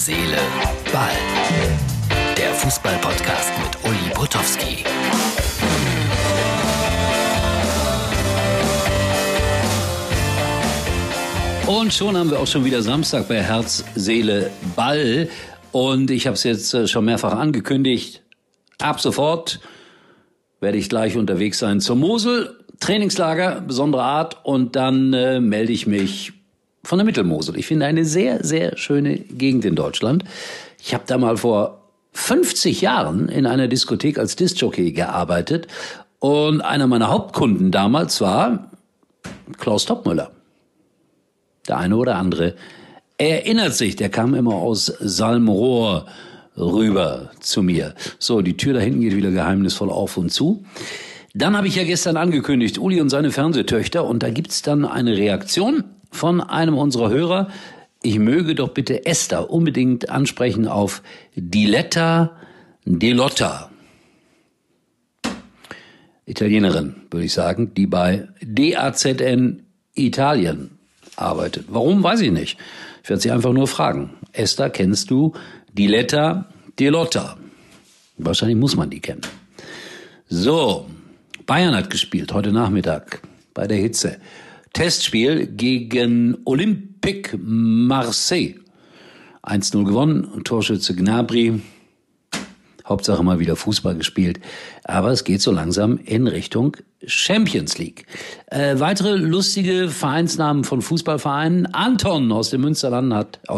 Seele, Ball. Der Fußball-Podcast mit Uli Potowski. Und schon haben wir auch schon wieder Samstag bei Herz, Seele, Ball. Und ich habe es jetzt schon mehrfach angekündigt. Ab sofort werde ich gleich unterwegs sein zur Mosel. Trainingslager, besondere Art. Und dann melde ich mich von der Mittelmosel. Ich finde eine sehr, sehr schöne Gegend in Deutschland. Ich habe da mal vor 50 Jahren in einer Diskothek als Diskjockey gearbeitet. Und einer meiner Hauptkunden damals war Klaus Toppmöller. Der eine oder andere erinnert sich, der kam immer aus Salmrohr rüber zu mir. So, die Tür da hinten geht wieder geheimnisvoll auf und zu. Dann habe ich ja gestern angekündigt, Uli und seine Fernsehtöchter. Und da gibt's dann eine Reaktion von einem unserer Hörer. Ich möge doch bitte Esther unbedingt ansprechen auf Diletta Delotta. Italienerin, würde ich sagen, die bei DAZN Italien arbeitet. Warum, weiß ich nicht. Ich werde sie einfach nur fragen. Esther, kennst du Diletta Delotta? Wahrscheinlich muss man die kennen. So, Bayern hat gespielt heute Nachmittag bei der Hitze. Testspiel gegen Olympique Marseille. 1-0 gewonnen, Torschütze Gnabry. Hauptsache mal wieder Fußball gespielt. Aber es geht so langsam in Richtung Champions League. Weitere lustige Vereinsnamen von Fußballvereinen. Anton aus dem Münsterland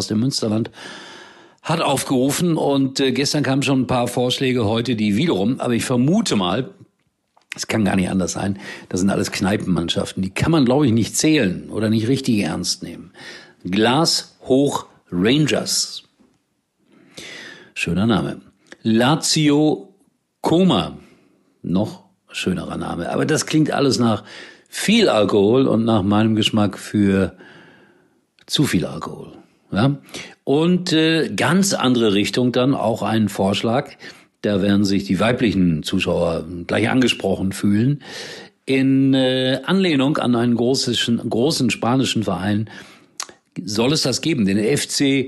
hat aufgerufen und gestern kamen schon ein paar Vorschläge, heute die wiederum. Aber ich vermute mal, es kann gar nicht anders sein, das sind alles Kneipenmannschaften. Die kann man, glaube ich, nicht zählen oder nicht richtig ernst nehmen. Glas hoch Rangers. Schöner Name. Lazio Como. Noch schönerer Name. Aber das klingt alles nach viel Alkohol und nach meinem Geschmack für zu viel Alkohol. Ja? Und ganz andere Richtung dann auch ein Vorschlag. Da werden sich die weiblichen Zuschauer gleich angesprochen fühlen. In Anlehnung an einen großen spanischen Verein soll es das geben. Den FC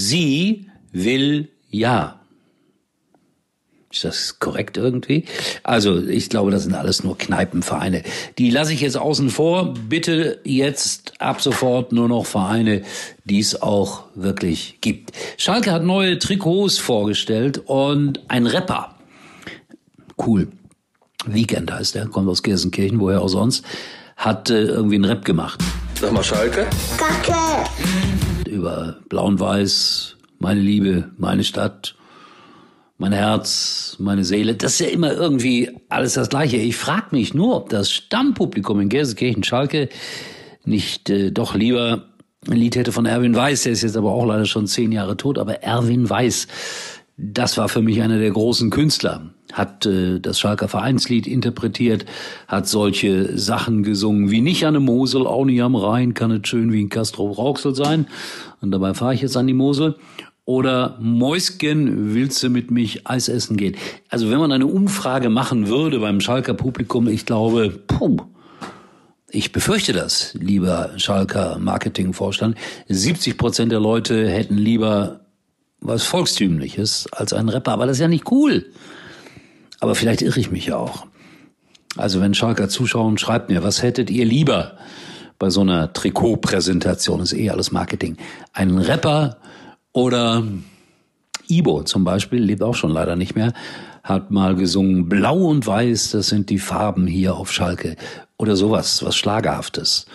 Sevilla. Ist das korrekt irgendwie? Also ich glaube, das sind alles nur Kneipenvereine. Die lasse ich jetzt außen vor. Bitte jetzt ab sofort nur noch Vereine, die es auch wirklich gibt. Schalke hat neue Trikots vorgestellt und ein Rapper, cool, Weekend heißt er, kommt aus Gelsenkirchen, woher auch sonst, hat irgendwie einen Rap gemacht. Sag mal Schalke. Kacke. Über Blau und Weiß, meine Liebe, meine Stadt, mein Herz, meine Seele, das ist ja immer irgendwie alles das Gleiche. Ich frage mich nur, ob das Stammpublikum in Gelsenkirchen-Schalke nicht doch lieber ein Lied hätte von Erwin Weiß, der ist jetzt aber auch leider schon 10 Jahre tot, aber Erwin Weiß, das war für mich einer der großen Künstler, hat das Schalker Vereinslied interpretiert, hat solche Sachen gesungen wie nicht an der Mosel, auch nicht am Rhein, kann es schön wie in Castrop-Rauxel sein. Und dabei fahre ich jetzt an die Mosel. Oder Mäuschen, willst du mit mich Eis essen gehen? Also wenn man eine Umfrage machen würde beim Schalker Publikum, ich glaube, ich befürchte das, lieber Schalker Marketingvorstand, 70% der Leute hätten lieber was Volkstümliches als einen Rapper. Aber das ist ja nicht cool. Aber vielleicht irre ich mich ja auch. Also wenn Schalker zuschauen, schreibt mir, was hättet ihr lieber bei so einer Trikotpräsentation? Das ist alles Marketing. Einen Rapper oder Ibo zum Beispiel, lebt auch schon leider nicht mehr, hat mal gesungen, Blau und Weiß, das sind die Farben hier auf Schalke. Oder sowas, was Schlagerhaftes.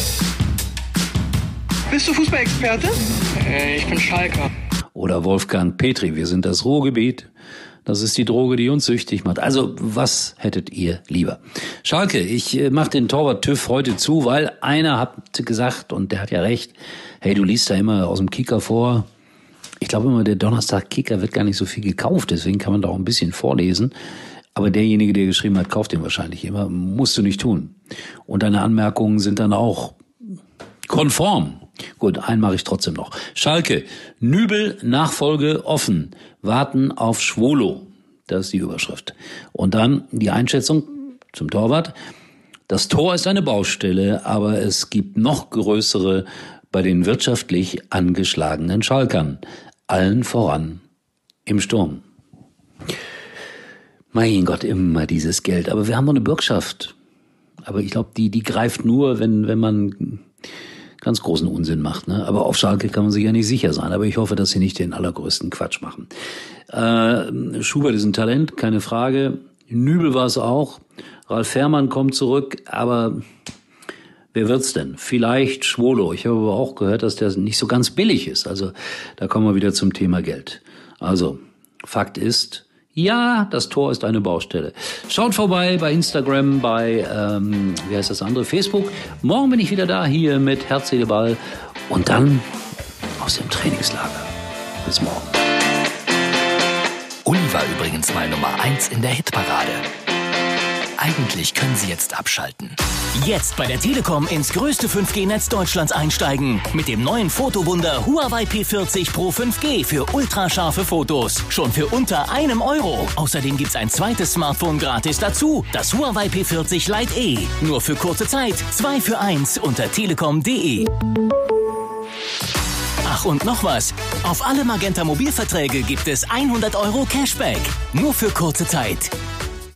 Bist du Fußballexperte? Ich bin Schalker. Oder Wolfgang Petri, wir sind das Ruhrgebiet. Das ist die Droge, die uns süchtig macht. Also, was hättet ihr lieber? Schalke, ich mache den Torwart-TÜV heute zu, weil einer hat gesagt, und der hat ja recht, hey, du liest da immer aus dem Kicker vor. Ich glaube immer, der Donnerstag-Kicker wird gar nicht so viel gekauft, deswegen kann man da auch ein bisschen vorlesen. Aber derjenige, der geschrieben hat, kauft den wahrscheinlich immer. Musst du nicht tun. Und deine Anmerkungen sind dann auch konform. Gut, einen mache ich trotzdem noch. Schalke, Nübel, Nachfolge offen. Warten auf Schwolo. Das ist die Überschrift. Und dann die Einschätzung zum Torwart. Das Tor ist eine Baustelle, aber es gibt noch größere bei den wirtschaftlich angeschlagenen Schalkern. allen voran im Sturm. Mein Gott, immer dieses Geld. Aber wir haben noch eine Bürgschaft. Aber ich glaube, die greift nur, wenn man ganz großen Unsinn macht. Ne? Aber auf Schalke kann man sich ja nicht sicher sein. Aber ich hoffe, dass sie nicht den allergrößten Quatsch machen. Schubert ist ein Talent, keine Frage. Nübel war es auch. Ralf Fährmann kommt zurück. Aber wer wird's denn? Vielleicht Schwolo. Ich habe aber auch gehört, dass der nicht so ganz billig ist. Also da kommen wir wieder zum Thema Geld. Also Fakt ist, ja, das Tor ist eine Baustelle. Schaut vorbei bei Instagram, bei, wie heißt das andere, Facebook. Morgen bin ich wieder da, hier mit Herz, Seele, Ball. Und dann aus dem Trainingslager. Bis morgen. Uli war übrigens mal Nummer 1 in der Hitparade. Eigentlich können Sie jetzt abschalten. Jetzt bei der Telekom ins größte 5G-Netz Deutschlands einsteigen. Mit dem neuen Fotowunder Huawei P40 Pro 5G für ultrascharfe Fotos. Schon für unter €1. Außerdem gibt's ein zweites Smartphone gratis dazu. Das Huawei P40 Lite E. Nur für kurze Zeit. 2 für 1 unter telekom.de. Ach, und noch was. Auf alle Magenta Mobilverträge gibt es €100 Cashback. Nur für kurze Zeit.